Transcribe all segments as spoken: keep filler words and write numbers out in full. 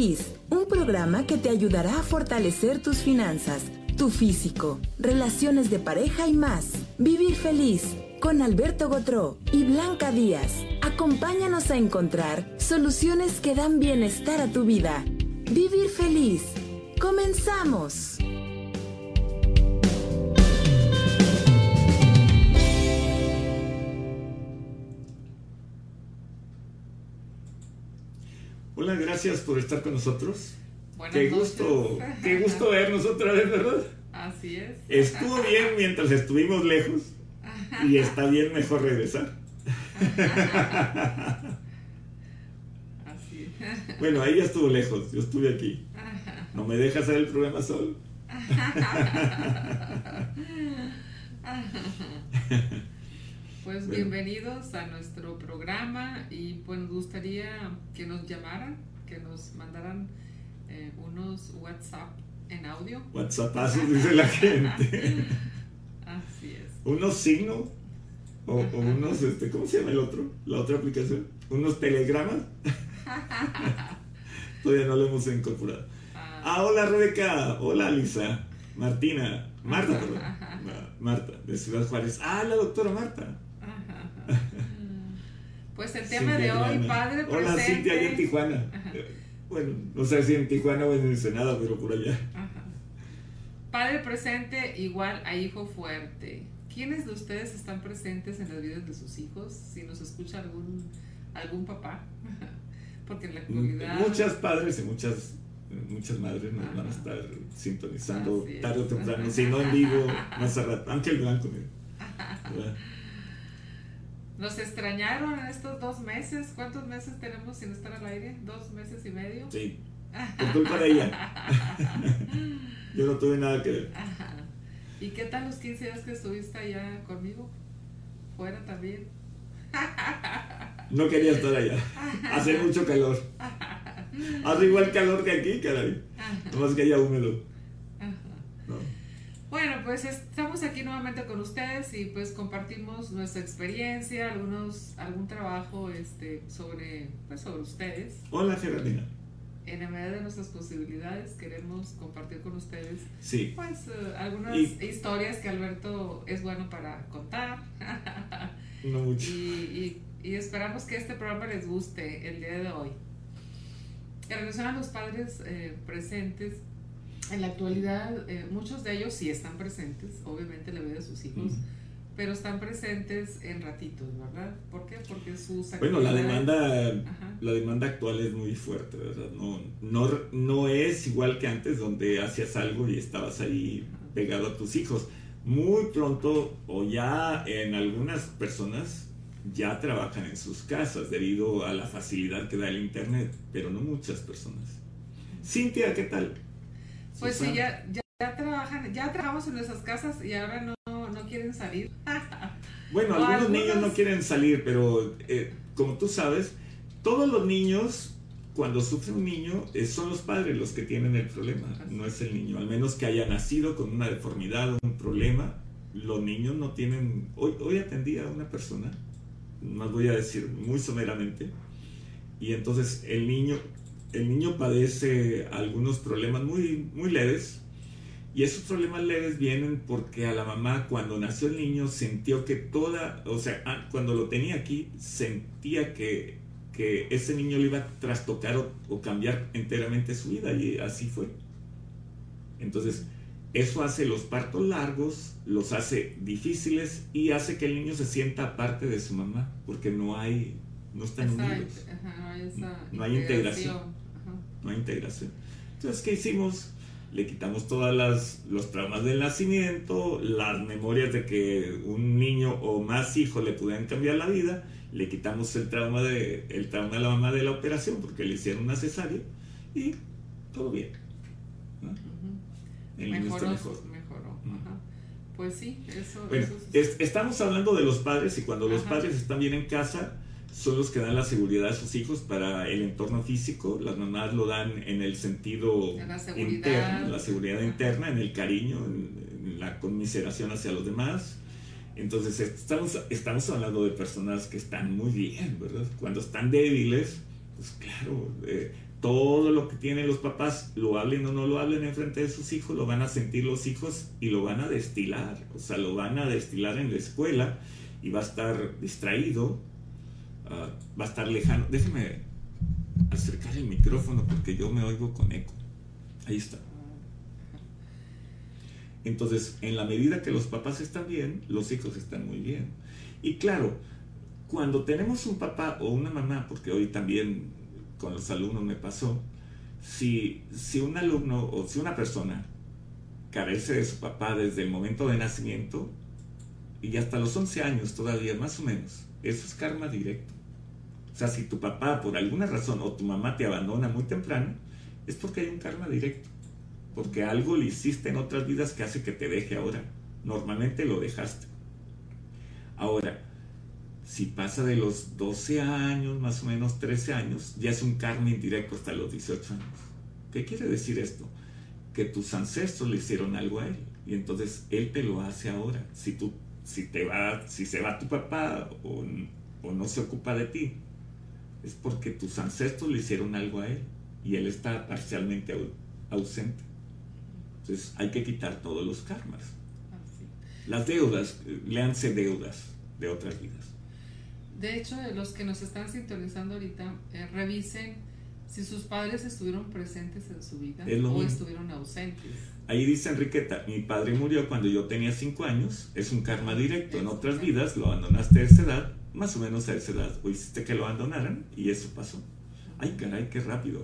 Feliz, un programa que te ayudará a fortalecer tus finanzas, tu físico, relaciones de pareja y más. Vivir Feliz, con Alberto Gotró y Blanca Díaz. Acompáñanos a encontrar soluciones que dan bienestar a tu vida. Vivir Feliz. ¡Comenzamos! Hola, gracias por estar con nosotros. Buenas qué noches. gusto, qué gusto vernos otra vez, ¿verdad? Así es. Estuvo bien mientras estuvimos lejos y está bien mejor regresar. Así es. Bueno, ahí ya estuvo lejos, yo estuve aquí. ¿No me dejas hacer el programa solo? Pues Bueno. Bienvenidos a nuestro programa y pues nos gustaría que nos llamaran, que nos mandaran eh, unos WhatsApp en audio. WhatsAppazos, dice la gente. Así es. Unos signos o, o unos, este, ¿cómo se llama el otro? La otra aplicación. Unos telegramas. Todavía no lo hemos incorporado. Ah, hola Rebeca, hola Lisa, Martina, Marta, perdón. Marta, de Ciudad Juárez. Ah, la doctora Marta. Pues el tema Cintia de hoy, Triana. padre presente. Hola Cintia, allá en Tijuana. Ajá. Bueno, no sé si en Tijuana o en Ensenada, pero por allá. Ajá. Padre presente igual a hijo fuerte. ¿Quiénes de ustedes están presentes en las vidas de sus hijos? Si nos escucha algún, algún papá. Porque en la actualidad... Muchas padres y muchas, muchas madres nos van a estar sintonizando tarde o temprano. Si no en vivo, más a rato. Ángel Blanco, mira. ¿Nos extrañaron en estos dos meses? ¿Cuántos meses tenemos sin estar al aire? ¿Dos meses y medio? Sí, por culpa de ella. Yo no tuve nada que ver. Ajá. ¿Y qué tal los quince días que estuviste allá conmigo? ¿Fuera también? No quería estar allá. Hace mucho calor. Hace igual calor que aquí, caray. Nomás que allá húmedo. No. Bueno, pues estamos aquí nuevamente con ustedes y pues compartimos nuestra experiencia, algunos, algún trabajo este, sobre, pues, sobre ustedes. Hola, Geraldina. En la medida de nuestras posibilidades queremos compartir con ustedes Sí. pues uh, algunas Y- historias que Alberto es bueno para contar. No mucho. y, y, y esperamos que este programa les guste el día de hoy. En relación a los padres eh, presentes, en la actualidad eh, muchos de ellos sí están presentes, obviamente en la vida de sus hijos, Mm. pero están presentes en ratitos, ¿verdad? ¿Por qué? Porque sus Bueno, la actividades- demanda, Ajá. la demanda actual es muy fuerte, ¿verdad? No, no, no es igual que antes donde hacías algo y estabas ahí pegado a tus hijos. Muy pronto, o ya en algunas personas, ya trabajan en sus casas debido a la facilidad que da el internet, pero no muchas personas. Cintia, ¿qué tal? Pues sí, Susana. ya, ya, ya trabajan, ya trabajamos en nuestras casas y ahora no, no quieren salir. Bueno, O algunos, algunos- niños no quieren salir, pero eh, como tú sabes, todos los niños, cuando sufre un niño, eh, son los padres los que tienen el problema, no es el niño. Al menos que haya nacido con una deformidad o un problema, los niños no tienen... Hoy, hoy atendí a una persona, más voy a decir muy someramente, y entonces el niño, el niño padece algunos problemas muy, muy leves. Y esos problemas leves vienen porque a la mamá cuando nació el niño sintió que toda, o sea, ah, cuando lo tenía aquí, sentía que, que ese niño le iba a trastocar o, o cambiar enteramente su vida y así fue. Entonces, eso hace los partos largos, los hace difíciles y hace que el niño se sienta aparte de su mamá porque no hay, no están Esa- unidos, ajá, no hay, esa no hay integración. Ajá. no hay integración. Entonces, ¿qué hicimos? Le quitamos todas las los traumas del nacimiento, las memorias de que un niño o más hijos le pudieran cambiar la vida, le quitamos el trauma de el trauma de la mamá de la operación porque le hicieron una cesárea y todo bien, ¿no? Ujú. El niño está Mejoró, mejor. mejoró. Ujú. Ajá. Pues sí, eso, Bueno, eso es- es- estamos hablando de los padres y cuando los Ajá. padres están bien en casa son los que dan la seguridad a sus hijos para el entorno físico. Las mamás lo dan en el sentido En la seguridad. interno, la seguridad Ajá. interna, en el cariño, en, en la conmiseración hacia los demás. Entonces estamos, estamos hablando de personas que están muy bien, ¿verdad? Cuando están débiles, pues claro, eh, todo lo que tienen los papás, lo hablen o no lo hablen en frente de sus hijos, lo van a sentir los hijos y lo van a destilar. O sea, lo van a destilar en la escuela y va a estar distraído, uh, va a estar lejano. Déjeme acercar el micrófono porque yo me oigo con eco. Ahí está. Entonces, en la medida que los papás están bien, los hijos están muy bien. Y claro, cuando tenemos un papá o una mamá, porque hoy también con los alumnos me pasó, si, si un alumno o si una persona carece de su papá desde el momento de nacimiento y hasta los once años todavía, más o menos, eso es karma directo. O sea, si tu papá por alguna razón o tu mamá te abandona muy temprano, es porque hay un karma directo, porque algo le hiciste en otras vidas que hace que te deje ahora. Normalmente lo dejaste. Ahora, si pasa de los doce años, más o menos trece años, ya es un karma indirecto hasta los dieciocho años. ¿Qué quiere decir esto? Que tus ancestros le hicieron algo a él y entonces él te lo hace ahora. Si, tú, si, te va, si se va tu papá o, o no se ocupa de ti, es porque tus ancestros le hicieron algo a él y él está parcialmente ausente. Entonces hay que quitar todos los karmas. Las deudas, léanse deudas de otras vidas. De hecho, los que nos están sintonizando ahorita, eh, revisen si sus padres estuvieron presentes en su vida o mismo. Estuvieron ausentes. Ahí dice Enriqueta, mi padre murió cuando yo tenía cinco años, es un karma directo. En otras vidas lo abandonaste a esa edad, más o menos a esa edad, o hiciste que lo abandonaran y eso pasó. Ay, caray, qué rápido.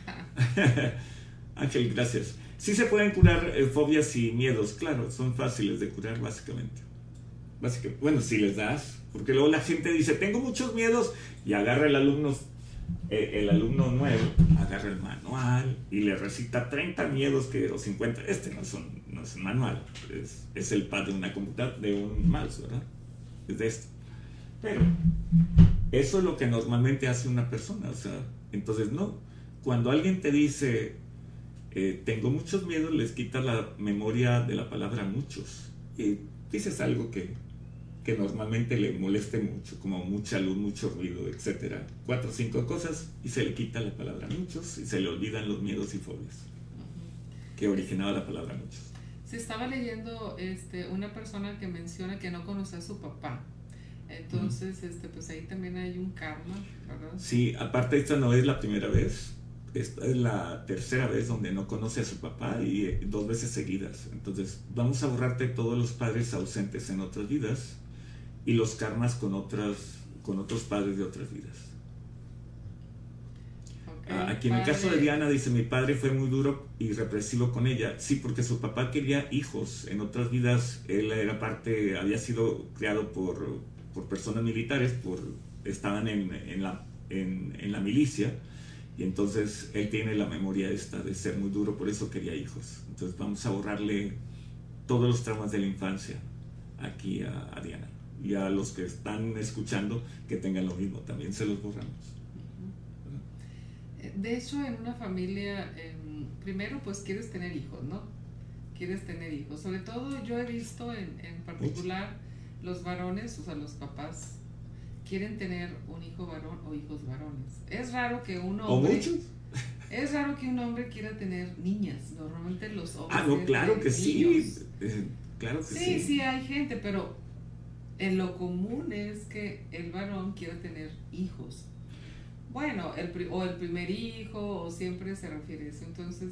Ángel, gracias. Sí se pueden curar eh, fobias y miedos, claro, son fáciles de curar básicamente. Básicamente, bueno, si les das, porque luego la gente dice, tengo muchos miedos, y agarra el alumno, eh, el alumno nuevo, agarra el manual y le recita treinta miedos que, o cincuenta, este no es un, no es un manual, es, es el pad de una computadora, de un mouse, ¿verdad? Es de esto. Pero eso es lo que normalmente hace una persona, o sea, entonces no, cuando alguien te dice, eh, tengo muchos miedos, les quita la memoria de la palabra muchos, y dices algo que que normalmente le moleste mucho, como mucha luz, mucho ruido, etcétera. Cuatro o cinco cosas y se le quita la palabra muchos y se le olvidan los miedos y fobias uh-huh. que originaba la palabra muchos. Se estaba leyendo este, una persona que menciona que no conoce a su papá. Entonces, uh-huh. este, pues ahí también hay un karma, ¿verdad? Sí, aparte esta no es la primera vez. Esta es la tercera vez donde no conoce a su papá y eh, dos veces seguidas. Entonces, vamos a borrarte todos los padres ausentes en otras vidas y los karmas con otras con otros padres de otras vidas. Okay, ah, aquí en padre. El caso de Diana dice, mi padre fue muy duro y represivo con ella. Sí, porque su papá quería hijos. En otras vidas él era parte, había sido criado por, por personas militares, por, estaban en, en, la, en, en la milicia, y entonces él tiene la memoria esta de ser muy duro, por eso quería hijos. Entonces vamos a borrarle todos los traumas de la infancia aquí a, a Diana. Y a los que están escuchando que tengan lo mismo, también se los borramos. De hecho, en una familia, eh, primero pues quieres tener hijos, ¿no? Quieres tener hijos. Sobre todo yo he visto en, en particular Uy. los varones, o sea, los papás quieren tener un hijo varón o hijos varones. Es raro que un hombre... ¿O muchos? Es raro que un hombre quiera tener niñas. Normalmente los hombres... Ah, no, claro que sí. Eh, claro que sí. Sí, sí hay gente, pero... En lo común es que el varón quiere tener hijos. Bueno, el, o el primer hijo, o siempre se refiere a eso. Entonces,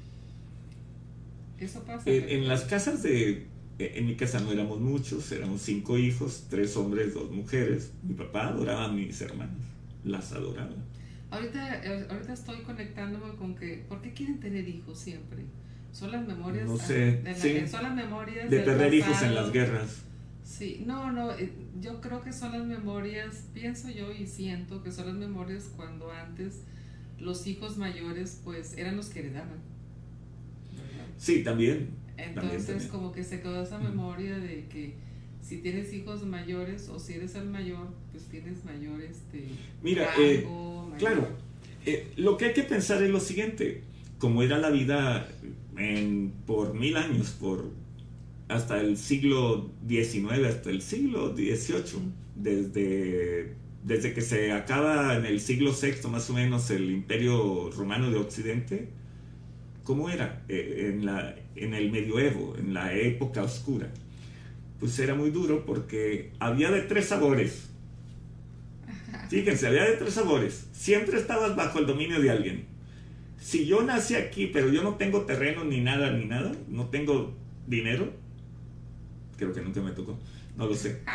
eso pasa. En, en las casas de... En mi casa no éramos muchos, éramos cinco hijos, tres hombres, dos mujeres. Mi papá adoraba a mis hermanas, las adoraba. Ahorita, ahorita estoy conectándome con que... ¿Por qué quieren tener hijos siempre? Son las memorias... No sé, de la, sí, son las memorias de perder pasado. hijos en las guerras. Sí, no, no, yo creo que son las memorias, pienso yo y siento que son las memorias cuando antes los hijos mayores pues eran los que heredaban, ¿verdad? Sí, también. Entonces también, también. como que se quedó esa memoria de que si tienes hijos mayores o si eres el mayor, pues tienes mayor este Mira, rango, eh, mayor... claro, eh, lo que hay que pensar es lo siguiente, como era la vida en, por mil años, por... hasta el siglo diecinueve, hasta el siglo dieciocho, desde desde que se acaba en el siglo sexto más o menos el Imperio Romano de Occidente, ¿cómo era? Eh, en, la, en el medioevo, en la época oscura. Pues era muy duro porque había de tres sabores. Fíjense, había de tres sabores. Siempre estabas bajo el dominio de alguien. Si yo nací aquí, pero yo no tengo terreno ni nada, ni nada, no tengo dinero, creo que nunca me tocó, no lo sé.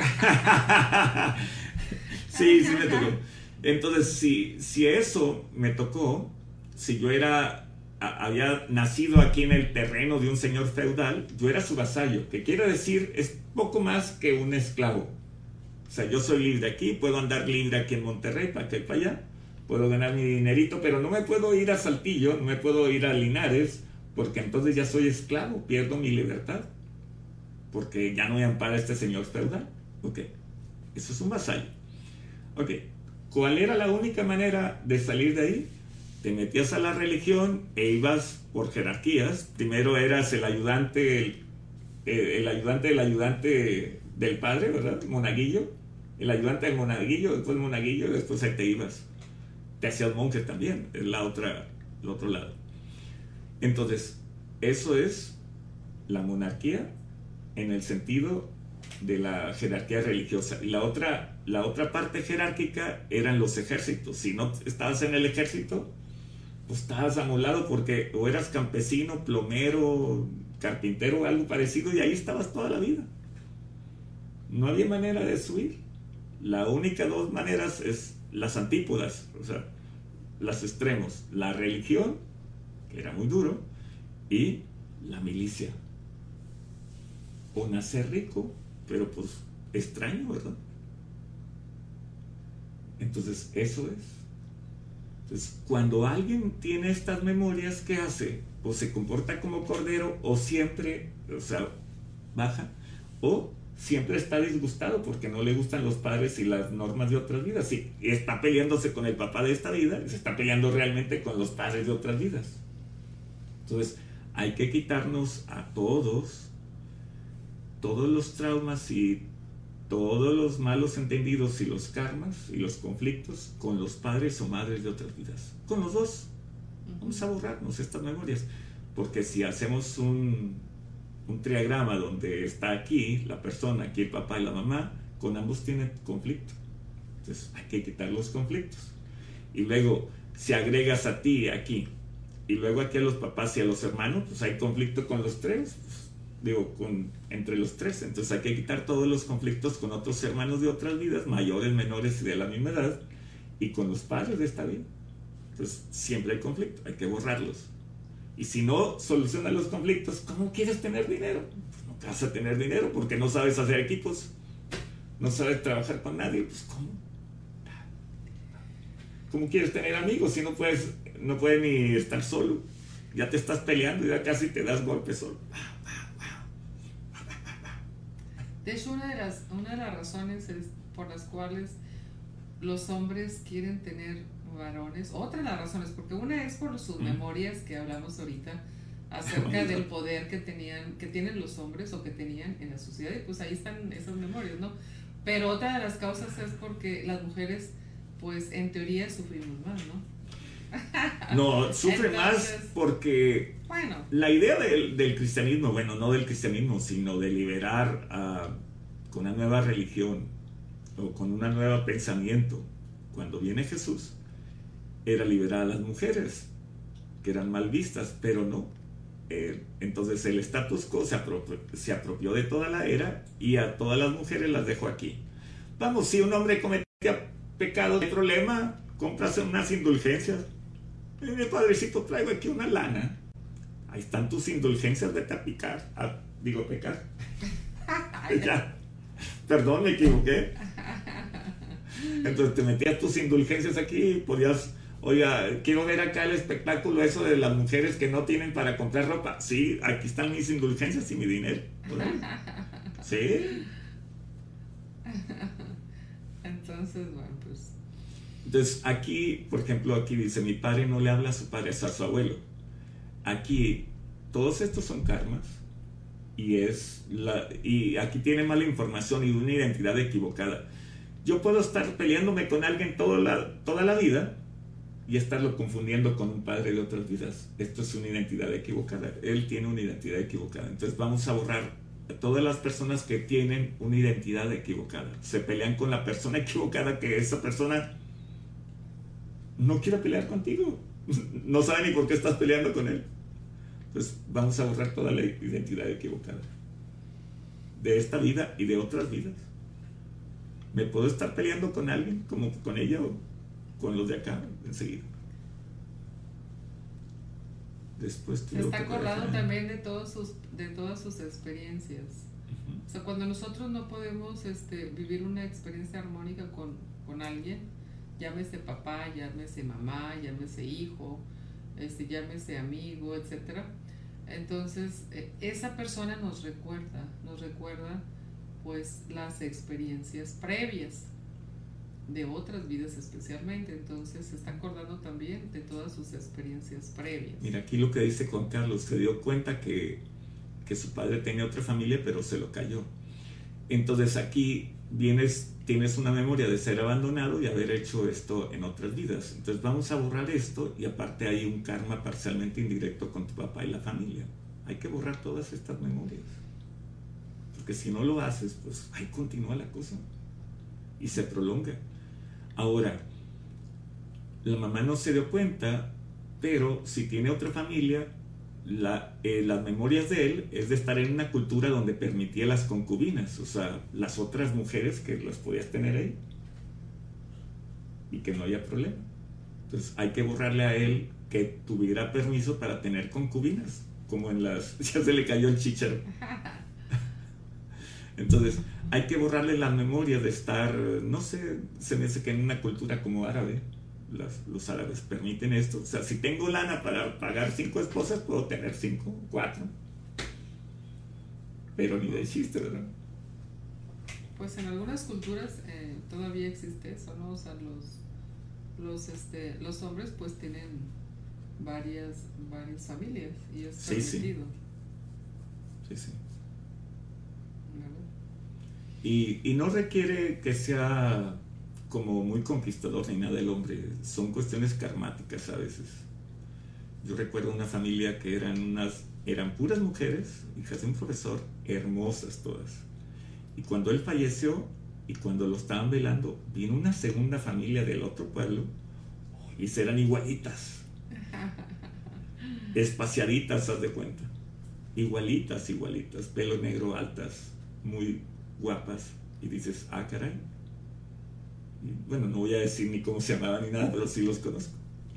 Sí, sí me tocó. Entonces, si, si eso me tocó, si yo era, a, había nacido aquí en el terreno de un señor feudal, yo era su vasallo, que quiere decir, es poco más que un esclavo. O sea, yo soy libre aquí, puedo andar libre aquí en Monterrey, para acá y para allá, puedo ganar mi dinerito, pero no me puedo ir a Saltillo, no me puedo ir a Linares, porque entonces ya soy esclavo, pierdo mi libertad, porque ya no me ampara este señor feudal. Ok, eso es un vasallo. Ok, ¿cuál era la única manera de salir de ahí? Te metías a la religión e ibas por jerarquías. Primero eras el ayudante, el, el ayudante del ayudante del padre, ¿verdad? Monaguillo. El ayudante del monaguillo, después monaguillo, y después ahí te ibas. Te hacías monje también, es la otra, el otro lado. Entonces, eso es la monarquía en el sentido de la jerarquía religiosa. Y la otra, la otra parte jerárquica eran los ejércitos. Si no estabas en el ejército, pues estabas amolado porque o eras campesino, plomero, carpintero o algo parecido, y ahí estabas toda la vida. No había manera de subir. La única dos maneras es las antípodas, o sea, los extremos. La religión, que era muy duro, y la milicia. O nacer rico, pero pues extraño, ¿verdad? Entonces, eso es. Entonces, cuando alguien tiene estas memorias, ¿qué hace? O se comporta como cordero, o siempre, o sea, baja, o siempre está disgustado porque no le gustan los padres y las normas de otras vidas. Y está peleándose con el papá de esta vida, y se está peleando realmente con los padres de otras vidas. Entonces, hay que quitarnos a todos, todos los traumas y todos los malos entendidos y los karmas y los conflictos con los padres o madres de otras vidas. Con los dos. Vamos a borrarnos estas memorias. Porque si hacemos un, un triagrama donde está aquí la persona, aquí el papá y la mamá, con ambos tienen conflicto. Entonces hay que quitar los conflictos. Y luego, si agregas a ti aquí, y luego aquí a los papás y a los hermanos, pues hay conflicto con los tres. Pues, digo, con, entre los tres. Entonces hay que quitar todos los conflictos con otros hermanos de otras vidas, mayores, menores y de la misma edad, y con los padres de esta vida. Entonces siempre hay conflicto, hay que borrarlos. Y si no solucionas los conflictos, ¿cómo quieres tener dinero? Pues no vas a tener dinero porque no sabes hacer equipos, no sabes trabajar con nadie. Pues ¿cómo? ¿Cómo quieres tener amigos si no puedes, no puedes ni estar solo? Ya te estás peleando y ya casi te das golpes solo. De hecho, una de las, una de las razones es por las cuales los hombres quieren tener varones, otra de las razones, porque una es por sus memorias que hablamos ahorita acerca del poder que tenían, que tienen los hombres o que tenían en la sociedad, y pues ahí están esas memorias, ¿no? Pero otra de las causas es porque las mujeres, pues en teoría sufrimos más, ¿no? No, sufre Entonces, más porque bueno, la idea del, del cristianismo, bueno, no del cristianismo, sino de liberar uh, con una nueva religión o con un nuevo pensamiento, cuando viene Jesús, era liberar a las mujeres, que eran mal vistas, pero no. Eh, entonces el status quo se apropió, se apropió de toda la era y a todas las mujeres las dejó aquí. Vamos, si un hombre cometía pecado, no hay problema, compras unas indulgencias. Mi padrecito, traigo aquí una lana. Ahí están tus indulgencias, vete a picar. A, digo, pecar. Ya. Perdón, me equivoqué. Entonces te metías tus indulgencias aquí y podías, oiga, quiero ver acá el espectáculo eso de las mujeres que no tienen para comprar ropa. Sí, aquí están mis indulgencias y mi dinero. Sí. Entonces, bueno, pues... Entonces aquí, por ejemplo, aquí dice, mi padre no le habla a su padre, es a su abuelo. Aquí, todos estos son karmas. Y, es la, y aquí tiene mala información y una identidad equivocada. Yo puedo estar peleándome con alguien toda la, toda la vida y estarlo confundiendo con un padre de otras vidas. Esto es una identidad equivocada. Él tiene una identidad equivocada. Entonces vamos a borrar a todas las personas que tienen una identidad equivocada. Se pelean con la persona equivocada, que esa persona no quiere pelear contigo. No sabe ni por qué estás peleando con él. Entonces vamos a borrar toda la identidad equivocada de esta vida y de otras vidas. Me puedo estar peleando con alguien, como con ella o con los de acá, enseguida. Después se está acordando también de, todos sus, de todas sus experiencias. Uh-huh. O sea, cuando nosotros no podemos este, vivir una experiencia armónica con, con alguien, llámese papá, llámese mamá, llámese hijo, este, llámese amigo, etcétera. Entonces, eh, esa persona nos recuerda, nos recuerda pues las experiencias previas de otras vidas especialmente. Entonces se está acordando también de todas sus experiencias previas. Mira, aquí lo que dice Juan Carlos, se dio cuenta que, que su padre tenía otra familia, pero se lo cayó. Entonces aquí vienes, tienes una memoria de ser abandonado y haber hecho esto en otras vidas. Entonces vamos a borrar esto, y aparte hay un karma parcialmente indirecto con tu papá y la familia. Hay que borrar todas estas memorias, porque si no lo haces, pues ahí continúa la cosa y se prolonga. Ahora, la mamá no se dio cuenta, pero si tiene otra familia, la, eh, las memorias de él es de estar en una cultura donde permitía las concubinas, o sea, las otras mujeres que las podías tener ahí y que no había problema. Entonces hay que borrarle a él que tuviera permiso para tener concubinas, como en las... ya se le cayó el chícharo. Entonces hay que borrarle la memoria de estar, no sé, se me hace que en una cultura como árabe, las, los árabes permiten esto. O sea, si tengo lana para pagar cinco esposas, puedo tener cinco, cuatro. Pero ni de chiste, ¿verdad? Pues en algunas culturas eh, todavía existe eso, ¿no? O sea, los, los, este, los hombres pues tienen varias, varias familias y es permitido. Sí, sí. sí. Y, y no requiere que sea como muy conquistador ni nada del hombre, son cuestiones karmáticas a veces. Yo recuerdo una familia que eran unas, eran puras mujeres, hijas de un profesor, hermosas todas. Y cuando él falleció y cuando lo estaban velando, vino una segunda familia del otro pueblo y eran igualitas, espaciaditas, haz de cuenta, igualitas, igualitas, pelo negro, altas, muy guapas, y dices, ah, caray. Y bueno, no voy a decir ni cómo se llamaban ni nada, pero sí los conozco.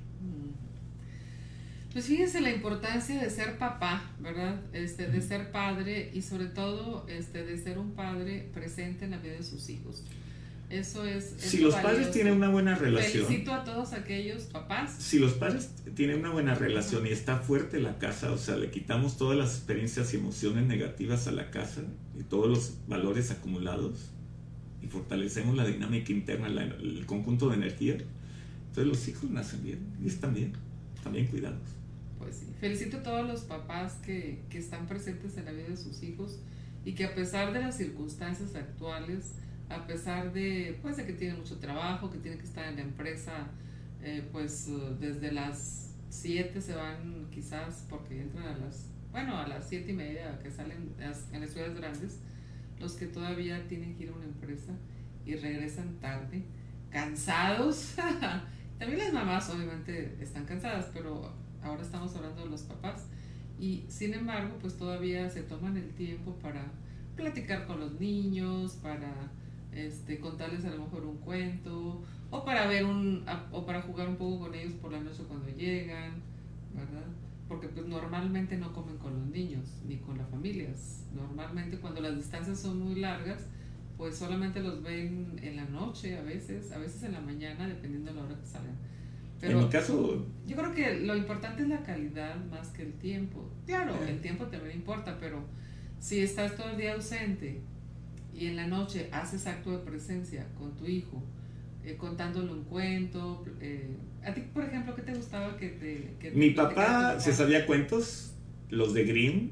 Pues fíjense la importancia de ser papá, ¿verdad? Este, de ser padre y sobre todo este, de ser un padre presente en la vida de sus hijos. Eso es... Si los valioso. Padres tienen una buena relación... Felicito a todos aquellos papás. Si los padres tienen una buena relación y está fuerte la casa, o sea, le quitamos todas las experiencias y emociones negativas a la casa y todos los valores acumulados y fortalecemos la dinámica interna, la, el conjunto de energía, entonces los hijos nacen bien y están bien, están bien cuidados. Pues sí, felicito a todos los papás que, que están presentes en la vida de sus hijos y que a pesar de las circunstancias actuales, a pesar de, pues, de que tienen mucho trabajo, que tienen que estar en la empresa, eh, pues uh, desde las siete se van quizás porque entran a las, bueno, a las siete y media que salen las, en las ciudades grandes, los que todavía tienen que ir a una empresa y regresan tarde, cansados. También las mamás obviamente están cansadas, pero ahora estamos hablando de los papás y sin embargo pues todavía se toman el tiempo para platicar con los niños, para este, contarles a lo mejor un cuento o para ver un o para jugar un poco con ellos por la noche cuando llegan, ¿verdad? Porque pues normalmente no comen con los niños ni con las familias. Normalmente cuando las distancias son muy largas, pues solamente los ven en la noche a veces, a veces en la mañana, dependiendo de la hora que salgan. Pero en mi caso, yo creo que lo importante es la calidad más que el tiempo. Claro, el tiempo también importa, pero si estás todo el día ausente y en la noche haces acto de presencia con tu hijo, eh, contándole un cuento, eh, a ti, por ejemplo, ¿qué te gustaba que te... Que mi te papá se sabía cuentos, los de Grimm,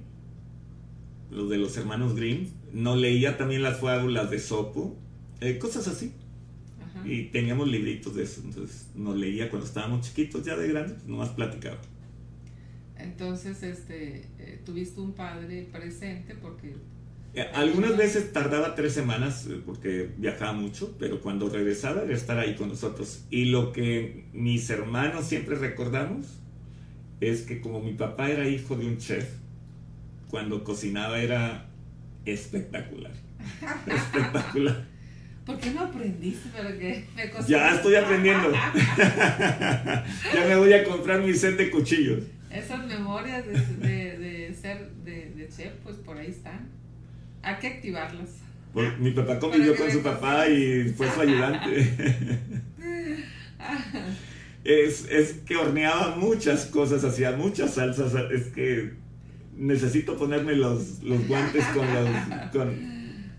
los de los hermanos Grimm, no leía también las fábulas de Sopo, eh, cosas así. Ajá. Y teníamos libritos de eso, entonces nos leía cuando estábamos chiquitos, ya de grandes, pues nomás platicaba. Entonces, este, eh, tuviste un padre presente porque... Algunas veces tardaba tres semanas porque viajaba mucho, pero cuando regresaba era estar ahí con nosotros. Y lo que mis hermanos siempre recordamos es que como mi papá era hijo de un chef, cuando cocinaba era espectacular. Espectacular. ¿Por qué no aprendiste? Para que me cocinas? Ya estoy aprendiendo. Ya me voy a comprar mi set de cuchillos. Esas memorias de, de, de ser de, de chef, pues por ahí están. Hay que activarlas. Pues, mi papá convivió con su papá y fue su ayudante. es, es que horneaba muchas cosas, hacía muchas salsas. Es que necesito ponerme los, los guantes con los... Con,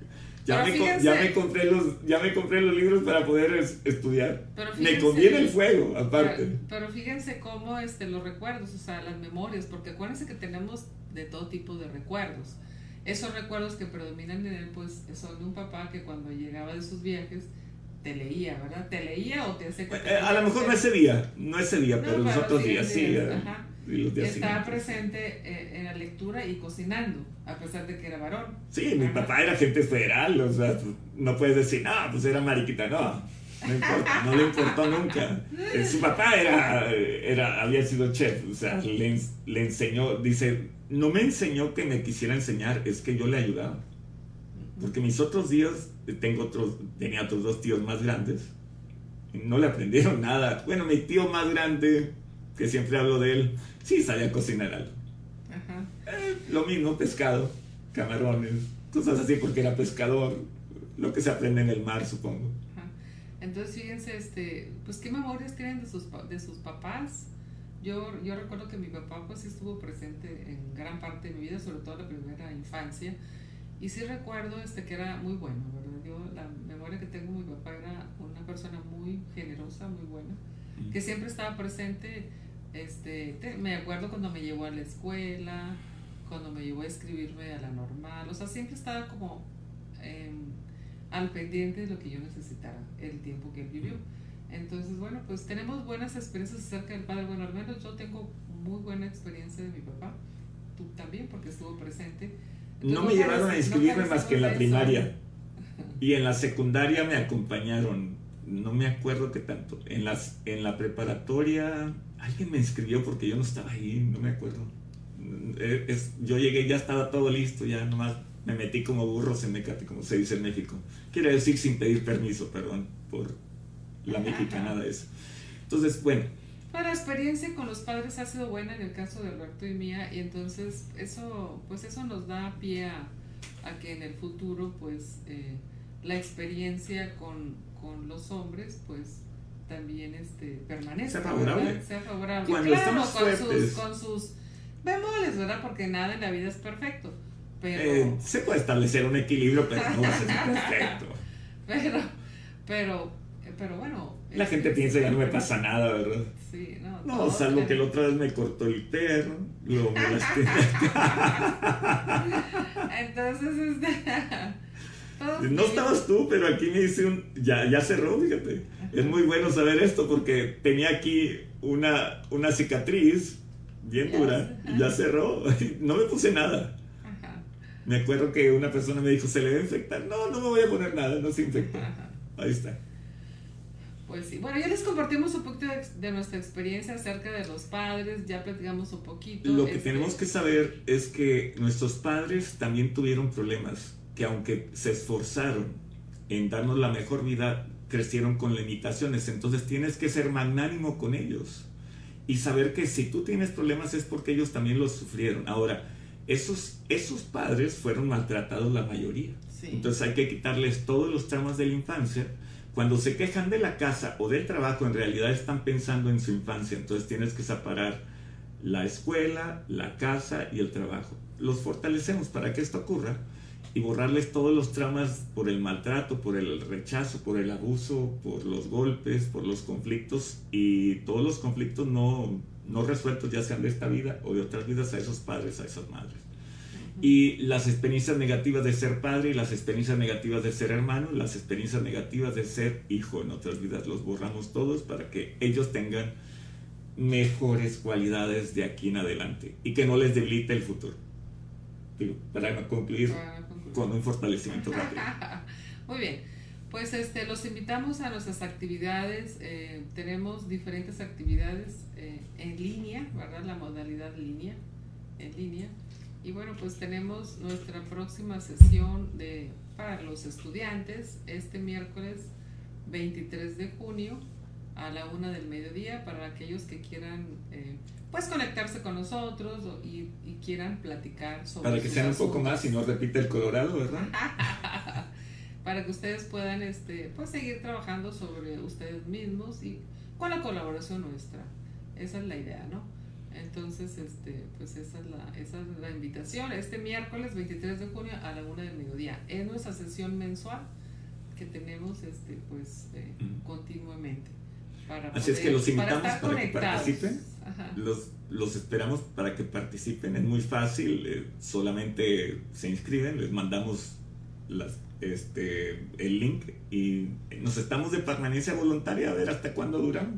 ya, me, fíjense, ya, me compré los, ya me compré los libros para poder es, estudiar. Fíjense, me conviene el fuego, aparte. Pero, pero fíjense cómo este, los recuerdos, o sea, las memorias, porque acuérdense que tenemos de todo tipo de recuerdos. Esos recuerdos que predominan en él, pues, son de un papá que cuando llegaba de sus viajes te leía, ¿verdad? ¿Te leía o te hacía que te eh, A lo mejor no ese día, no ese día, no, pero los otros días, sí. Días, ajá. Los días Estaba presente eh, en la lectura y cocinando, a pesar de que era varón. Sí, ajá. Mi papá era agente federal, o sea, no puedes decir, no, pues era mariquita, no. No importa, no le importó nunca. Su papá era, era, había sido chef, o sea, le, le enseñó, dice, no me enseñó que me quisiera enseñar, es que yo le ayudaba. Porque mis otros tíos, tengo otros, tenía otros dos tíos más grandes, y no le aprendieron nada. Bueno, mi tío más grande, que siempre hablo de él, sí sabía cocinar algo. Ajá. Eh, lo mismo, pescado, camarones, cosas así, porque era pescador, lo que se aprende en el mar, supongo. Entonces, fíjense, este, pues, ¿qué memorias tienen de sus, de sus papás? Yo, yo recuerdo que mi papá, pues, estuvo presente en gran parte de mi vida, sobre todo la primera infancia, y sí recuerdo este, que era muy bueno, ¿verdad? Yo, la memoria que tengo de mi papá era una persona muy generosa, muy buena, que siempre estaba presente, este, te, me acuerdo cuando me llevó a la escuela, cuando me llevó a escribirme a la normal, o sea, siempre estaba como... Eh, al pendiente de lo que yo necesitara, el tiempo que él vivió. Entonces, bueno, pues tenemos buenas experiencias acerca del padre. Bueno, al menos yo tengo muy buena experiencia de mi papá, tú también, porque estuvo presente. Entonces, no me no llevaron parece, a inscribirme no más que en la primaria, y en la secundaria me acompañaron, no me acuerdo qué tanto. En, las, en la preparatoria, alguien me inscribió porque yo no estaba ahí, no me acuerdo. Es, yo llegué, ya estaba todo listo, ya nomás me metí como burro en mecate, como se dice en México. Quiere decir sin pedir permiso, perdón, por la mexicanada de eso. Entonces, bueno. Pues la experiencia con los padres ha sido buena en el caso de Alberto y mía, y entonces eso, pues eso nos da pie a, a que en el futuro, pues, eh, la experiencia con, con los hombres, pues, también este, permanezca. Sea favorable. ¿verdad? Sea favorable. Cuando claro, estamos con fuertes. sus, con sus bemoles, ¿verdad? Porque nada en la vida es perfecto. Pero, eh, se puede establecer un equilibrio, pero no va a ser perfecto. Pero, pero, pero bueno. La gente piensa que ya no me pasa nada, ¿verdad? Sí, no. No, salvo que, que la otra vez me cortó el perro, luego me lastimé. Entonces, este. No estabas tú, pero aquí me hice un. Ya, ya cerró, fíjate. Ajá. Es muy bueno saber esto porque tenía aquí una, una cicatriz bien dura y ya cerró. No me puse nada. Me acuerdo que una persona me dijo, ¿se le va a infectar? No, no me voy a poner nada, no se infecta. Ahí está. Pues sí, bueno, ya les compartimos un poquito de, de nuestra experiencia acerca de los padres, ya platicamos un poquito. Lo que este... tenemos que saber es que nuestros padres también tuvieron problemas, que aunque se esforzaron en darnos la mejor vida, crecieron con limitaciones. Entonces tienes que ser magnánimo con ellos y saber que si tú tienes problemas es porque ellos también los sufrieron. Ahora, Esos, esos padres fueron maltratados la mayoría. Sí. Entonces hay que quitarles todos los traumas de la infancia. Cuando se quejan de la casa o del trabajo, en realidad están pensando en su infancia. Entonces tienes que separar la escuela, la casa y el trabajo. Los fortalecemos para que esto ocurra y borrarles todos los traumas por el maltrato, por el rechazo, por el abuso, por los golpes, por los conflictos y todos los conflictos no... no resueltos, ya sean de esta vida o de otras vidas, a esos padres, a esas madres. Uh-huh. Y las experiencias negativas de ser padre y las experiencias negativas de ser hermano, las experiencias negativas de ser hijo, en otras vidas los borramos todos para que ellos tengan mejores cualidades de aquí en adelante y que no les debilite el futuro. Digo, para concluir Para concluir. con un fortalecimiento rápido. Muy bien, pues este, los invitamos a nuestras actividades. Eh, tenemos diferentes actividades eh, en línea, ¿verdad? La modalidad línea, en línea. Y bueno, pues tenemos nuestra próxima sesión de, para los estudiantes este miércoles veintitrés de junio a la una del mediodía, para aquellos que quieran eh, pues conectarse con nosotros y, y quieran platicar sobre Para que sus sean un poco asuntos. más y no repita el Colorado, ¿verdad? Para que ustedes puedan este, pues seguir trabajando sobre ustedes mismos y con la colaboración nuestra. Esa es la idea, ¿no? Entonces, este, pues esa es la, esa es la invitación. Este miércoles veintitrés de junio a la una del mediodía. Es nuestra sesión mensual que tenemos este, pues, eh, Mm. continuamente. Para Así es poder- que los para invitamos estar para que conectados. participen. Ajá. Los, los esperamos para que participen. Es muy fácil, eh, solamente se inscriben, les mandamos las, este, el link y nos estamos de permanencia voluntaria a ver hasta cuándo duramos.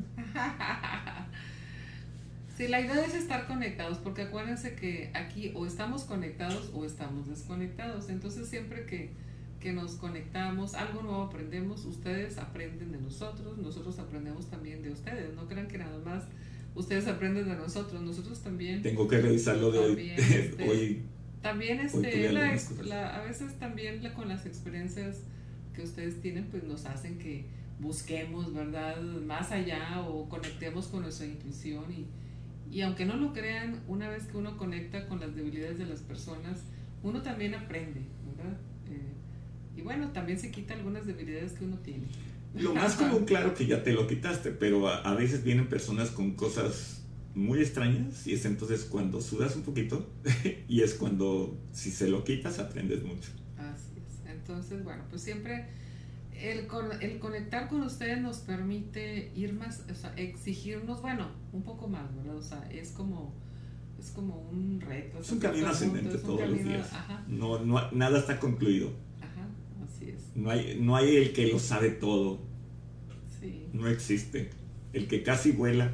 Sí, la idea es estar conectados, porque acuérdense que aquí o estamos conectados o estamos desconectados. Entonces siempre que, que nos conectamos, algo nuevo aprendemos, ustedes aprenden de nosotros, nosotros aprendemos también de ustedes. No crean que nada más ustedes aprenden de nosotros, nosotros también. Tengo que revisar lo de hoy. También, este, hoy También Hoy tuve este, la, algunas ex- cosas. la- a veces también la- con las experiencias que ustedes tienen, pues nos hacen que busquemos, ¿verdad? Más allá o conectemos con nuestra intuición y, y aunque no lo crean, una vez que uno conecta con las debilidades de las personas, uno también aprende, ¿verdad? Eh, y bueno, también se quita algunas debilidades que uno tiene. Lo más común, claro que ya te lo quitaste, pero a, a veces vienen personas con cosas muy extrañas y es entonces cuando sudas un poquito y es cuando, si se lo quitas, aprendes mucho. Así es. Entonces, bueno, pues siempre el, con- el conectar con ustedes nos permite ir más, o sea, exigirnos, bueno, un poco más, ¿verdad? O sea, es como, es como un reto. Es un camino ascendente es un todos los camino- días. Ajá, No, no, nada está concluido. ajá, así es. No hay, no hay el que lo sabe todo. Sí. No existe. El que casi vuela,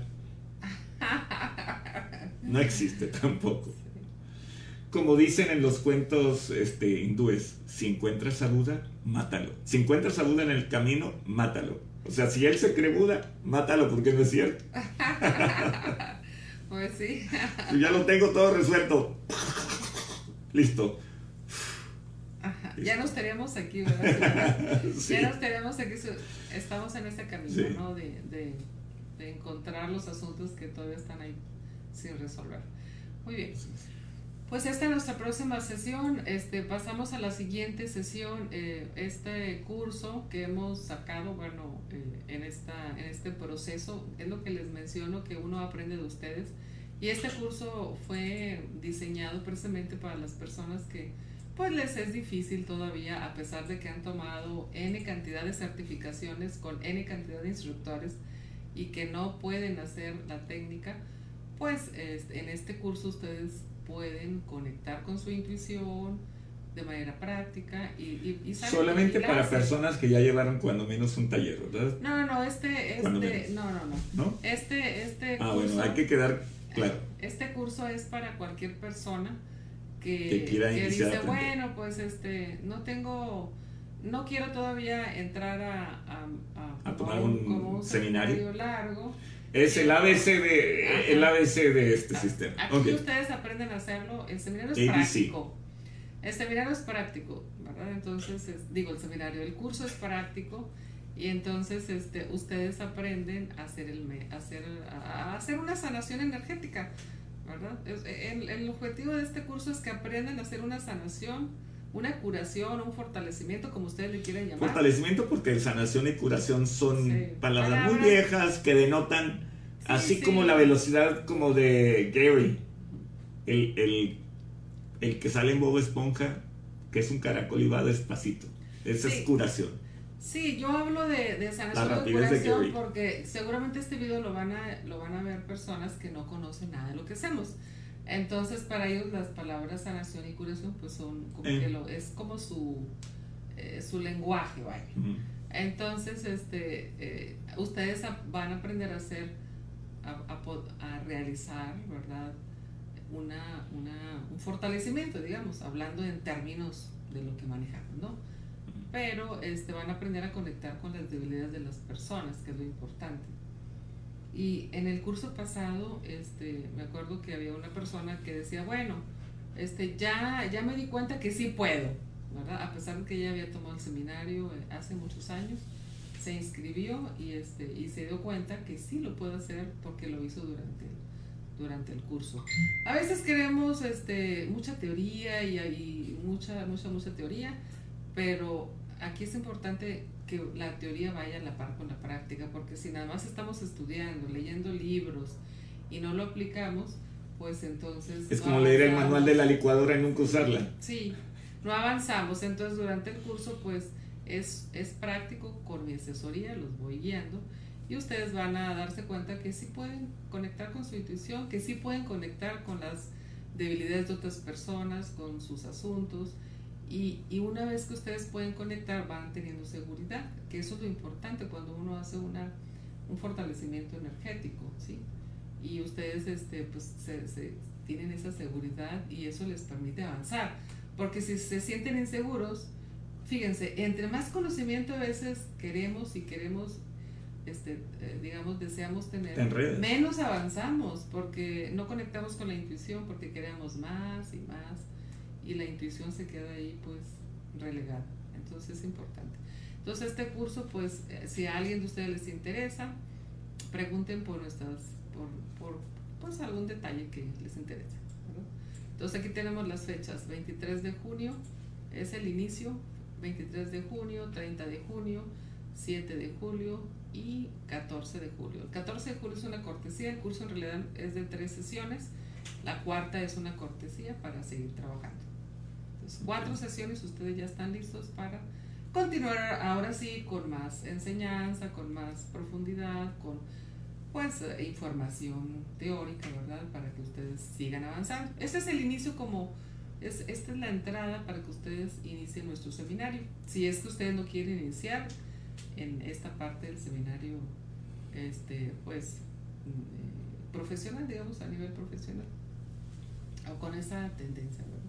no existe tampoco. Como dicen en los cuentos este, hindúes, si encuentras a Buda, mátalo. Si encuentras a Buda en el camino, mátalo. O sea, si él se cree Buda, mátalo porque no es cierto. Pues sí. Yo ya lo tengo todo resuelto. Listo. Ajá, ya no estaríamos aquí, ¿verdad? Sí. Ya no estaríamos aquí, su- estamos en ese camino, Sí. ¿no? De, de, de encontrar los asuntos que todavía están ahí sin resolver. Muy bien. Pues esta es nuestra próxima sesión. Este, pasamos a la siguiente sesión. Eh, este curso que hemos sacado, bueno, eh, en, esta, en este proceso, es lo que les menciono, que uno aprende de ustedes. Y este curso fue diseñado precisamente para las personas que pues les es difícil todavía, a pesar de que han tomado N cantidad de certificaciones con N cantidad de instructores y que no pueden hacer la técnica, pues este, en este curso ustedes pueden conectar con su intuición de manera práctica y, y, y saben Solamente vigilarse. para personas que ya llevaron cuando menos un taller, ¿verdad? No, no, este, Cuando este, menos. no, no, no. ¿No? Este, este Ah, curso, bueno, hay que quedar claro. este curso es para cualquier persona que, Que quiera que iniciar dice, a aprender. bueno, pues este, no tengo, no quiero todavía entrar a, a, a, A tomar como un como un seminario. seminario largo. Es el A B C de, Ajá. el A B C de este sistema. Aquí Ok. ustedes aprenden a hacerlo, el seminario es A B C. práctico. El seminario es práctico, ¿verdad? Entonces, es- digo, el seminario, el curso es práctico y entonces este, ustedes aprenden a hacer, el, me- a hacer, a hacer una sanación energética, ¿verdad? Es- El, el objetivo de este curso es que aprendan a hacer una sanación, una curación, un fortalecimiento, como ustedes le quieran llamar. Fortalecimiento, porque sanación y curación son Sí. palabras muy Palabras. viejas que denotan, Sí, así sí. como la velocidad como de Gary, el, el, el que sale en Bob Esponja, que es un caracol y va despacito. Esa Sí. es curación. Sí, yo hablo de, de sanación La y rapidez de curación Gary. porque seguramente este video lo van a lo van a ver personas que no conocen nada de lo que hacemos. Entonces para ellos las palabras sanación y curación pues son como eh. que lo, es como su, eh, su lenguaje, vaya. Uh-huh. Entonces este, eh, ustedes a, van a aprender a hacer, a, a, a realizar, ¿verdad? Una, una, un fortalecimiento, digamos, hablando en términos de lo que manejamos, ¿no? Pero este, van a aprender a conectar con las debilidades de las personas, que es lo importante. Y en el curso pasado, este, me acuerdo que había una persona que decía, bueno, este, ya, ya me di cuenta que sí puedo, ¿verdad? A pesar de que ella había tomado el seminario hace muchos años, se inscribió y, este, y se dio cuenta que sí lo puede hacer porque lo hizo durante el, durante el curso. A veces queremos este, mucha teoría y, y mucha, mucha, mucha teoría, pero aquí es importante que la teoría vaya a la par con la práctica, porque si nada más estamos estudiando, leyendo libros y no lo aplicamos, pues entonces... Es no como avanzamos. leer el manual de la licuadora y nunca usarla. Sí, no avanzamos. Entonces durante el curso pues es, es práctico, con mi asesoría los voy guiando y ustedes van a darse cuenta que sí pueden conectar con su intuición, que sí pueden conectar con las debilidades de otras personas, con sus asuntos. Y, y una vez que ustedes pueden conectar, van teniendo seguridad, que eso es lo importante cuando uno hace una, un fortalecimiento energético, ¿sí? Y ustedes este, pues, se, se, tienen esa seguridad y eso les permite avanzar. Porque si se sienten inseguros, fíjense, entre más conocimiento a veces queremos y queremos, este, eh, digamos, deseamos tener, menos avanzamos, porque no conectamos con la intuición, porque queremos más y más. Y la intuición se queda ahí pues relegada, entonces es importante. Entonces este curso pues si a alguien de ustedes les interesa, pregunten por nuestras por, por pues algún detalle que les interese, ¿verdad? Entonces aquí tenemos las fechas: veintitrés de junio es el inicio, veintitrés de junio, treinta de junio, siete de julio y catorce de julio. El catorce de julio es una cortesía, el curso en realidad es de tres sesiones, la cuarta es una cortesía para seguir trabajando. Cuatro sesiones, ustedes ya están listos para continuar ahora sí con más enseñanza, con más profundidad, con pues información teórica, ¿verdad? Para que ustedes sigan avanzando. Este es el inicio, como es, esta es la entrada para que ustedes inicien nuestro seminario. Si es que ustedes no quieren iniciar en esta parte del seminario, este, pues eh, profesional, digamos, a nivel profesional, o con esa tendencia, ¿verdad?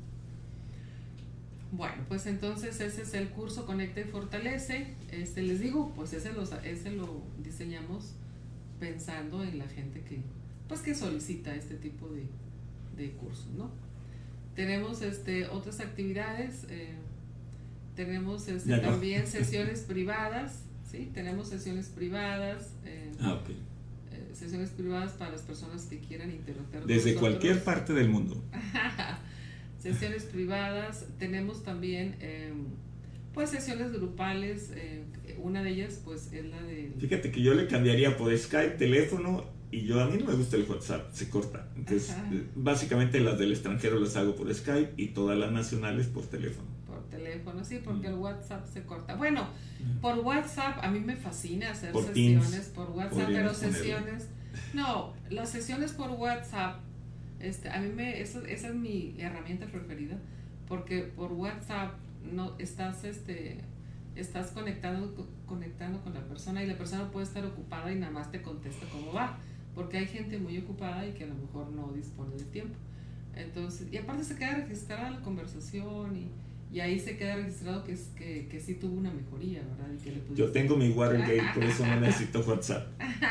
Bueno, pues entonces ese es el curso Conecta y Fortalece. Este, les digo, pues ese lo, ese lo diseñamos pensando en la gente que, pues, que solicita este tipo de, de cursos, ¿no? Tenemos este, otras actividades, eh, tenemos este, no. también sesiones privadas, ¿sí? Tenemos sesiones privadas. Eh, ah, ok. Eh, sesiones privadas para las personas que quieran interactuar. Desde cualquier parte del mundo. Sesiones privadas, tenemos también eh, pues sesiones grupales, eh, una de ellas pues es la de... Fíjate que yo le cambiaría por Skype, teléfono, y yo a mí no me gusta el WhatsApp, se corta. Entonces, Ajá. básicamente las del extranjero las hago por Skype y todas las nacionales por teléfono. Por teléfono, sí, porque mm. el WhatsApp se corta. Bueno, mm. por WhatsApp a mí me fascina hacer por sesiones Teams, por WhatsApp, pero sesiones... No, las sesiones por WhatsApp... Este, a mí me, esa, esa es mi herramienta preferida, porque por WhatsApp no estás, este, estás conectando, conectando con la persona y la persona puede estar ocupada y nada más te contesta cómo va, porque hay gente muy ocupada y que a lo mejor no dispone de tiempo. Entonces, y aparte se queda registrada la conversación y, y ahí se queda registrado que, es, que, que sí tuvo una mejoría, ¿verdad? Y que le pudiste... Yo tengo mi Watergate, por eso no necesito WhatsApp.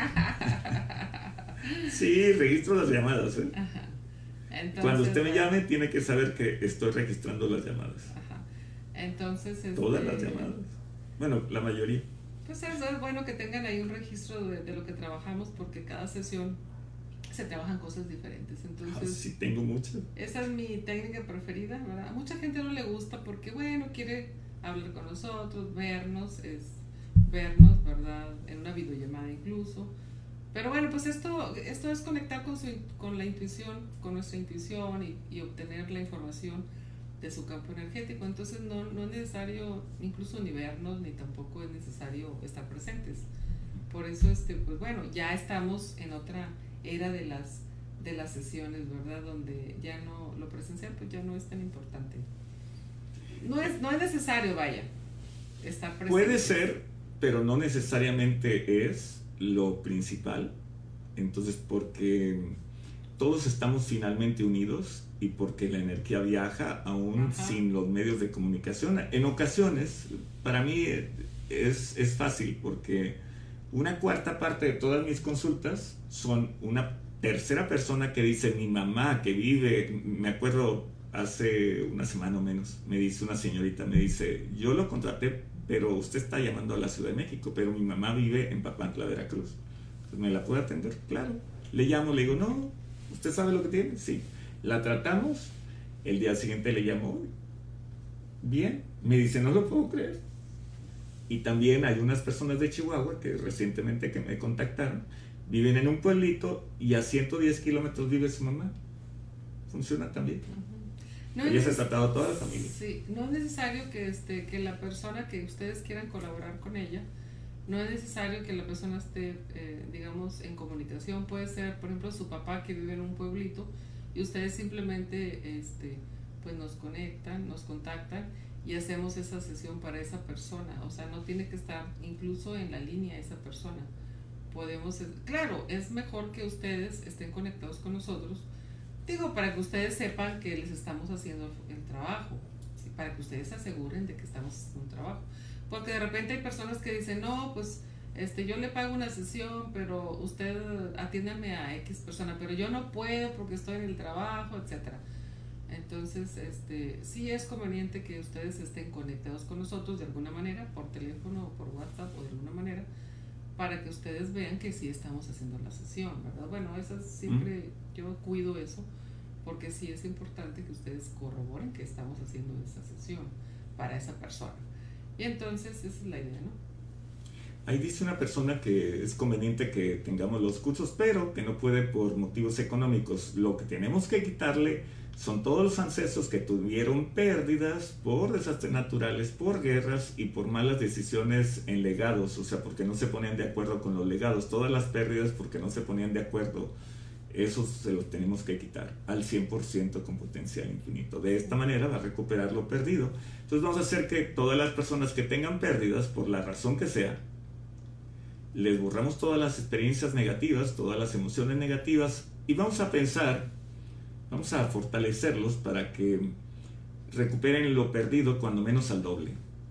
Sí, registro las llamadas, ¿eh? Ajá. Entonces, cuando usted me llame, tiene que saber que estoy registrando las llamadas. Ajá. Entonces, todas este, las llamadas. Bueno, la mayoría. Pues eso es bueno que tengan ahí un registro de, de lo que trabajamos, porque cada sesión se trabajan cosas diferentes. Entonces, ah, sí, tengo muchas. Esa es mi técnica preferida, ¿verdad? A mucha gente no le gusta porque, bueno, quiere hablar con nosotros, vernos, es vernos, ¿verdad? En una videollamada incluso. Pero bueno, pues esto, esto es conectar con, su, con la intuición, con nuestra intuición y, y obtener la información de su campo energético. Entonces no, no es necesario incluso ni vernos, ni tampoco es necesario estar presentes. Por eso, este, pues bueno, ya estamos en otra era de las de las sesiones, ¿verdad? Donde ya no, lo presencial pues ya no es tan importante. No es, no es necesario, vaya, estar presente. Puede ser, pero no necesariamente es lo principal. Entonces, porque todos estamos finalmente unidos y porque la energía viaja aún Ajá. sin los medios de comunicación. En ocasiones, para mí es, es fácil porque una cuarta parte de todas mis consultas son una tercera persona que dice mi mamá que vive, me acuerdo hace una semana o menos, me dice una señorita, me dice, yo lo contraté, pero usted está llamando a la Ciudad de México, pero mi mamá vive en Papantla, Veracruz. Entonces, ¿me la puede atender? Claro. Le llamo, le digo, no, ¿usted sabe lo que tiene? Sí. La tratamos, el día siguiente le llamo, bien, me dice, no lo puedo creer. Y también hay unas personas de Chihuahua que recientemente que me contactaron, viven en un pueblito y a ciento diez kilómetros vive su mamá. Funciona también. Uh-huh. No Ella se ha tratado a toda la familia. Sí, no es necesario que, este, que la persona que ustedes quieran colaborar con ella, no es necesario que la persona esté, eh, digamos, en comunicación. Puede ser, por ejemplo, su papá que vive en un pueblito y ustedes simplemente este, pues nos conectan, nos contactan y hacemos esa sesión para esa persona. O sea, no tiene que estar incluso en la línea esa persona. Podemos, claro, es mejor que ustedes estén conectados con nosotros, digo, para que ustedes sepan que les estamos haciendo el trabajo, ¿sí? Para que ustedes se aseguren de que estamos haciendo un trabajo, porque de repente hay personas que dicen, no, pues este, yo le pago una sesión, pero usted atiéndame a X persona, pero yo no puedo porque estoy en el trabajo, etcétera. Entonces, este, sí es conveniente que ustedes estén conectados con nosotros de alguna manera, por teléfono o por WhatsApp o de alguna manera, para que ustedes vean que sí estamos haciendo la sesión, ¿verdad? Bueno, eso es siempre, mm. yo cuido eso, porque sí es importante que ustedes corroboren que estamos haciendo esa sesión para esa persona. Y entonces, esa es la idea, ¿no? Ahí dice una persona que es conveniente que tengamos los cursos, pero que no puede por motivos económicos. Lo que tenemos que quitarle son todos los ancestros que tuvieron pérdidas por desastres naturales, por guerras y por malas decisiones en legados, o sea, porque no se ponían de acuerdo con los legados. Todas las pérdidas porque no se ponían de acuerdo, esos se los tenemos que quitar al cien por ciento con potencial infinito. De esta manera va a recuperar lo perdido. Entonces vamos a hacer que todas las personas que tengan pérdidas, por la razón que sea, les borramos todas las experiencias negativas, todas las emociones negativas y vamos a pensar, vamos a fortalecerlos para que recuperen lo perdido cuando menos al doble.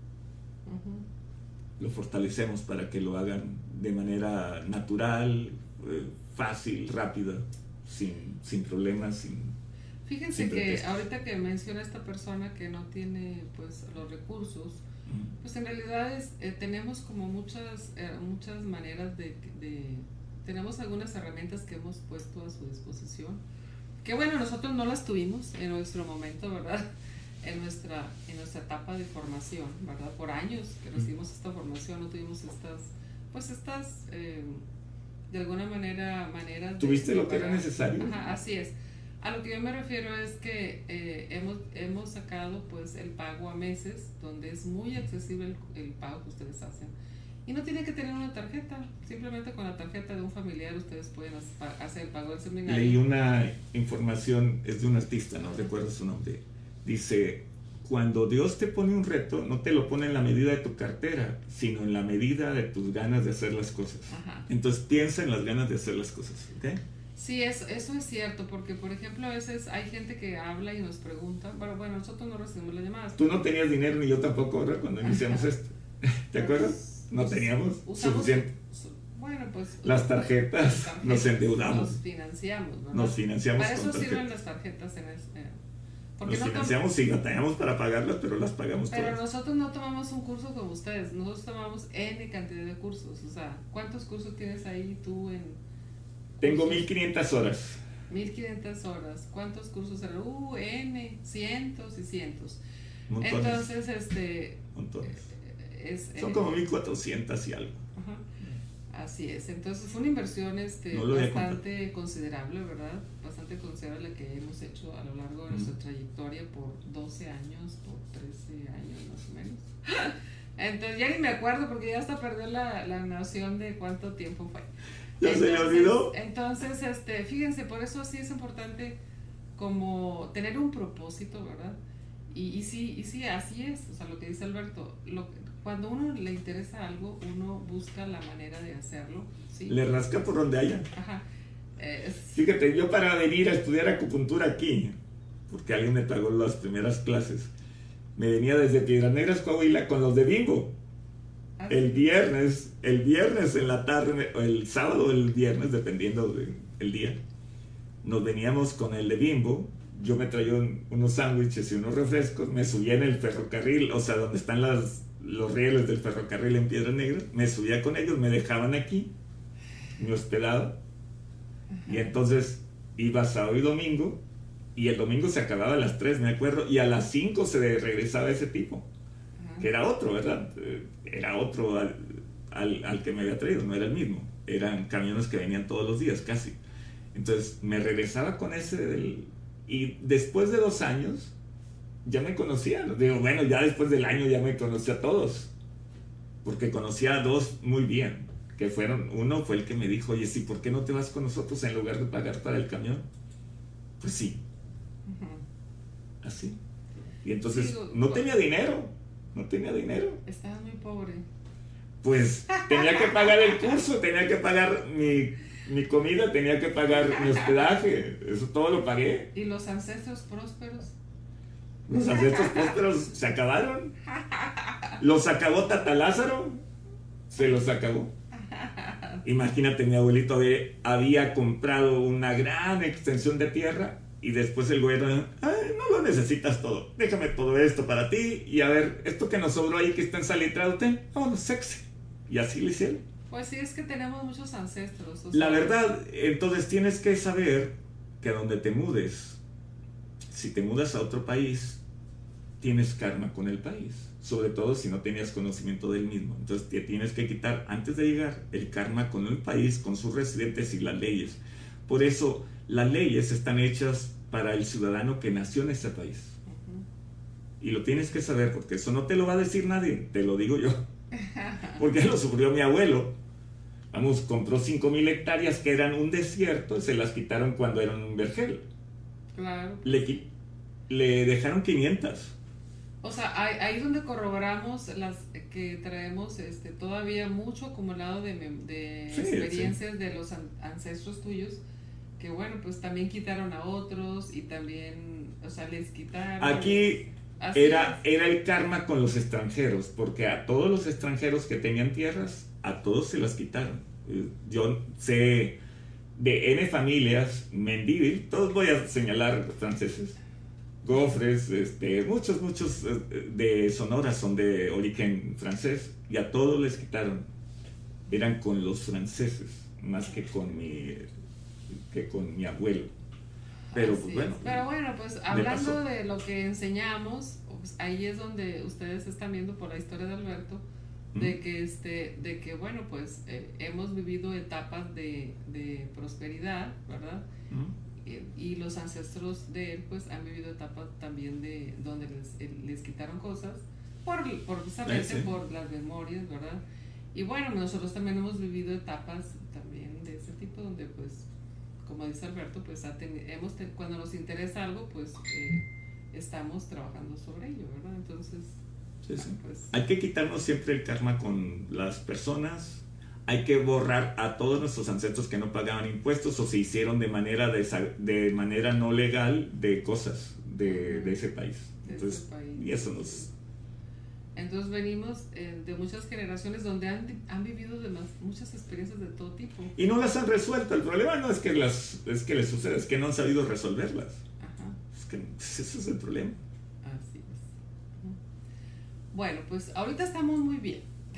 Uh-huh. Lo fortalecemos para que lo hagan de manera natural, eh, fácil, rápida, sin, sin problemas, sin... Fíjense sin que ahorita que menciona esta persona que no tiene pues los recursos, pues en realidad es, eh, tenemos como muchas, eh, muchas maneras de, de... Tenemos algunas herramientas que hemos puesto a su disposición, que bueno, nosotros no las tuvimos en nuestro momento, ¿verdad? En nuestra, en nuestra etapa de formación, ¿verdad? Por años que recibimos esta formación, no tuvimos estas, pues estas, eh, de alguna manera, maneras... ¿Tuviste de, lo que era necesario? Ajá, así es. A lo que yo me refiero es que eh, hemos, hemos sacado pues el pago a meses, donde es muy accesible el, el pago que ustedes hacen. Y no tienen que tener una tarjeta, simplemente con la tarjeta de un familiar ustedes pueden hacer el pago del seminario. Leí una información, es de un artista, no recuerdo su nombre, dice, cuando Dios te pone un reto, no te lo pone en la medida de tu cartera, sino en la medida de tus ganas de hacer las cosas. Ajá. Entonces piensa en las ganas de hacer las cosas, ¿ok? Sí, eso, eso es cierto, porque por ejemplo a veces hay gente que habla y nos pregunta, bueno, bueno, nosotros no recibimos las llamadas. Tú no tenías dinero ni yo tampoco, ¿verdad? Cuando iniciamos esto, ¿te acuerdas? No teníamos usamos, suficiente. Bueno, pues... Las tarjetas, las tarjetas nos endeudamos. Nos financiamos, ¿verdad? Nos financiamos Para eso con sirven las tarjetas en este... Porque nos no financiamos, sí, batallamos para pagarlas, pero las pagamos pero todas. Pero nosotros no tomamos un curso como ustedes, nosotros tomamos N cantidad de cursos, o sea, ¿cuántos cursos tienes ahí tú en...? Tengo mil quinientas horas. mil quinientas horas. ¿Cuántos cursos eran? Uh, N, cientos y cientos. Montones. Entonces, este... Montones. Es, Son eh, como mil cuatrocientas y algo. Ajá. Así es. Entonces, fue una inversión este, no bastante considerable, ¿verdad? Bastante considerable la que hemos hecho a lo largo de mm. nuestra trayectoria por doce años, por trece años más o menos. Entonces, ya ni me acuerdo porque ya hasta perdió la, la noción de cuánto tiempo fue. ¿Ya se le olvidó? Entonces, este, fíjense, por eso sí es importante como tener un propósito, ¿verdad? Y, y sí, y sí, así es, o sea, lo que dice Alberto, lo, cuando uno le interesa algo, uno busca la manera de hacerlo, ¿sí? Le rasca por donde haya. Ajá. Es... Fíjate, yo para venir a estudiar acupuntura aquí, porque alguien me pagó las primeras clases, me venía desde Piedras Negras, Coahuila, con los de Bimbo. ¿Ah, sí? El viernes, el viernes en la tarde, o el sábado o el viernes, dependiendo del día, nos veníamos con el de Bimbo. Yo me traía un, unos sándwiches y unos refrescos, me subía en el ferrocarril, o sea, donde están las, los rieles del ferrocarril en Piedras Negras, me subía con ellos, me dejaban aquí, me hospedaba, y entonces iba sábado y domingo, y el domingo se acababa a las tres, me acuerdo, y a las cinco se regresaba ese tipo, que era otro, ¿verdad? Era otro al, al, al que me había traído, no era el mismo, eran camiones que venían todos los días, casi. Entonces me regresaba con ese del... Y después de dos años, ya me conocía. Digo, bueno, ya después del año ya me conocí a todos. Porque conocía a dos muy bien. Que fueron, uno fue el que me dijo, oye, sí, ¿por qué no te vas con nosotros en lugar de pagar para el camión? Pues sí. Uh-huh. Así. Y entonces, sí, no tenía dinero. No tenía dinero. Estabas muy pobre. Pues tenía que pagar el curso, tenía que pagar mi... mi comida, tenía que pagar mi hospedaje, eso todo lo pagué. ¿Y los ancestros prósperos? Los ancestros prósperos se acabaron. Los acabó Tata Lázaro, se los acabó. Imagínate, mi abuelito había, había comprado una gran extensión de tierra y después el gobierno, ay, no lo necesitas todo, déjame todo esto para ti y a ver, esto que nos sobró ahí que está en salitrado, ten, vámonos, sexy. Y así lo hicieron. Pues sí, es que tenemos muchos ancestros. O sea, la verdad, entonces tienes que saber que a donde te mudes, si te mudas a otro país, tienes karma con el país. Sobre todo si no tenías conocimiento del mismo. Entonces te tienes que quitar, antes de llegar, el karma con el país, con sus residentes y las leyes. Por eso, las leyes están hechas para el ciudadano que nació en ese país. Uh-huh. Y lo tienes que saber, porque eso no te lo va a decir nadie, te lo digo yo. Porque lo sufrió mi abuelo. Vamos, compró cinco mil hectáreas que eran un desierto y se las quitaron cuando eran un vergel. Claro. Le, le dejaron quinientas. O sea, ahí, ahí es donde corroboramos las que traemos este, todavía mucho acumulado de, de sí, experiencias sí. de los an- ancestros tuyos, que bueno, pues también quitaron a otros y también, o sea, les quitaron. Aquí era, era el karma con los extranjeros, porque a todos los extranjeros que tenían tierras, a todos se las quitaron. Yo sé de N familias, Mendívil, todos voy a señalar franceses, Gofres, este, muchos, muchos de Sonora son de origen francés, y a todos les quitaron. Eran con los franceses, más que con mi, que con mi abuelo. Pero pues, bueno. Pero bueno, pues hablando de lo que enseñamos, pues, ahí es donde ustedes están viendo por la historia de Alberto, de que este de que bueno pues eh, hemos vivido etapas de, de prosperidad, ¿verdad? Uh-huh. eh, y los ancestros de él pues han vivido etapas también de donde les, eh, les quitaron cosas por, por precisamente sí, sí. por las memorias, ¿verdad? Y bueno, nosotros también hemos vivido etapas también de ese tipo donde pues como dice Alberto pues ten, hemos ten, cuando nos interesa algo pues eh, estamos trabajando sobre ello, ¿verdad? Entonces Sí, sí. Pues, hay que quitarnos siempre el karma con las personas, hay que borrar a todos nuestros ancestros que no pagaban impuestos o se hicieron de manera, de, de manera no legal de cosas de, de ese país. Entonces, ese país. Y eso nos... Entonces venimos eh, de muchas generaciones donde han, han vivido de más, muchas experiencias de todo tipo. Y no las han resuelto. El problema no es que, las, es que les suceda, es que no han sabido resolverlas. Ajá. Es que ese es el problema. Bueno, pues ahorita estamos muy bien.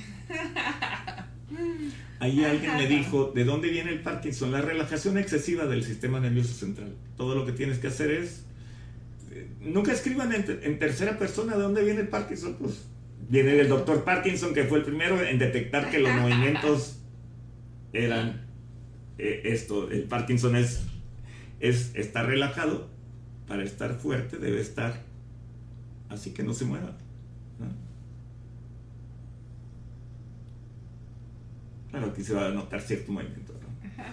Ahí alguien me dijo, ¿de dónde viene el Parkinson? La relajación excesiva del sistema nervioso central. Todo lo que tienes que hacer es... Eh, nunca escriban en, en tercera persona de dónde viene el Parkinson. Pues viene del doctor Parkinson, que fue el primero en detectar que los movimientos eran eh, esto. El Parkinson es, es estar relajado. Para estar fuerte debe estar así que no se mueva. ¿No? Claro, aquí se va a notar cierto movimiento, ¿no?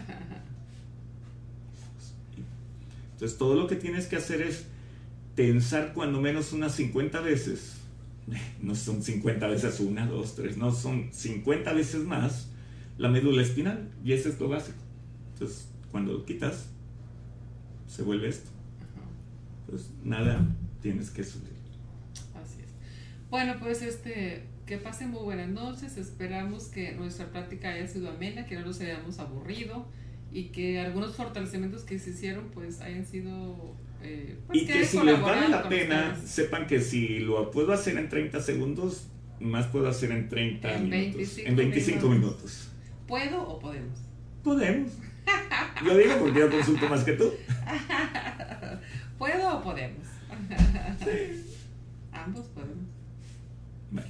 Entonces todo lo que tienes que hacer es tensar cuando menos unas cincuenta veces. No son cincuenta veces una, dos, tres, no, son cincuenta veces más la médula espinal, y eso es lo básico. Entonces cuando lo quitas se vuelve esto. Entonces nada tienes que sufrir. Así es. Bueno, pues este, que pasen muy buenas noches. Esperamos que nuestra plática haya sido amena, que no nos hayamos aburrido y que algunos fortalecimientos que se hicieron pues hayan sido eh, pues, y que, que si les vale la pena, ustedes. Sepan que si lo puedo hacer en treinta segundos, más puedo hacer en treinta en minutos, veinticinco en veinticinco minutos. minutos. ¿Puedo o podemos? Podemos. Yo digo porque yo consulto más que tú. ¿Puedo o podemos? Sí. Ambos podemos. Bueno.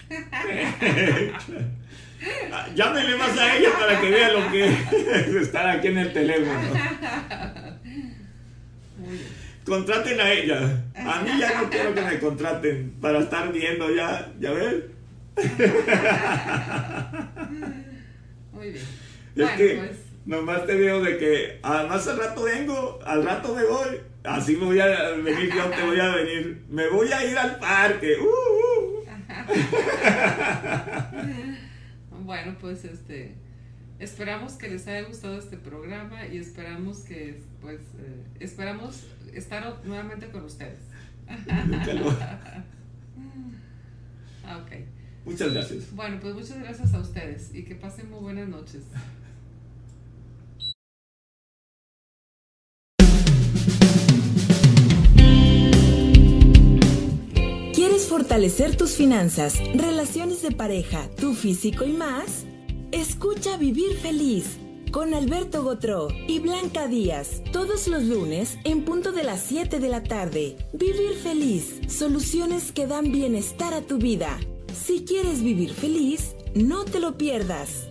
Llámenle más a ella para que vea lo que es estar aquí en el teléfono. Muy bien. Contraten a ella. A mí ya no quiero que me contraten para estar viendo ya, ¿ya ves? Muy bien. Es bueno, que pues. Nomás te digo de que además al rato vengo, al rato me voy. Así me voy a venir, yo te voy a venir. Me voy a ir al parque. Uh, uh. Bueno, pues este esperamos que les haya gustado este programa y esperamos que pues eh, esperamos estar nuevamente con ustedes. Okay. Muchas gracias. Bueno, pues muchas gracias a ustedes y que pasen muy buenas noches. ¿Quieres fortalecer tus finanzas, relaciones de pareja, tu físico y más? Escucha Vivir Feliz con Alberto Gotro y Blanca Díaz todos los lunes en punto de las siete de la tarde. Vivir Feliz, soluciones que dan bienestar a tu vida. Si quieres vivir feliz, no te lo pierdas.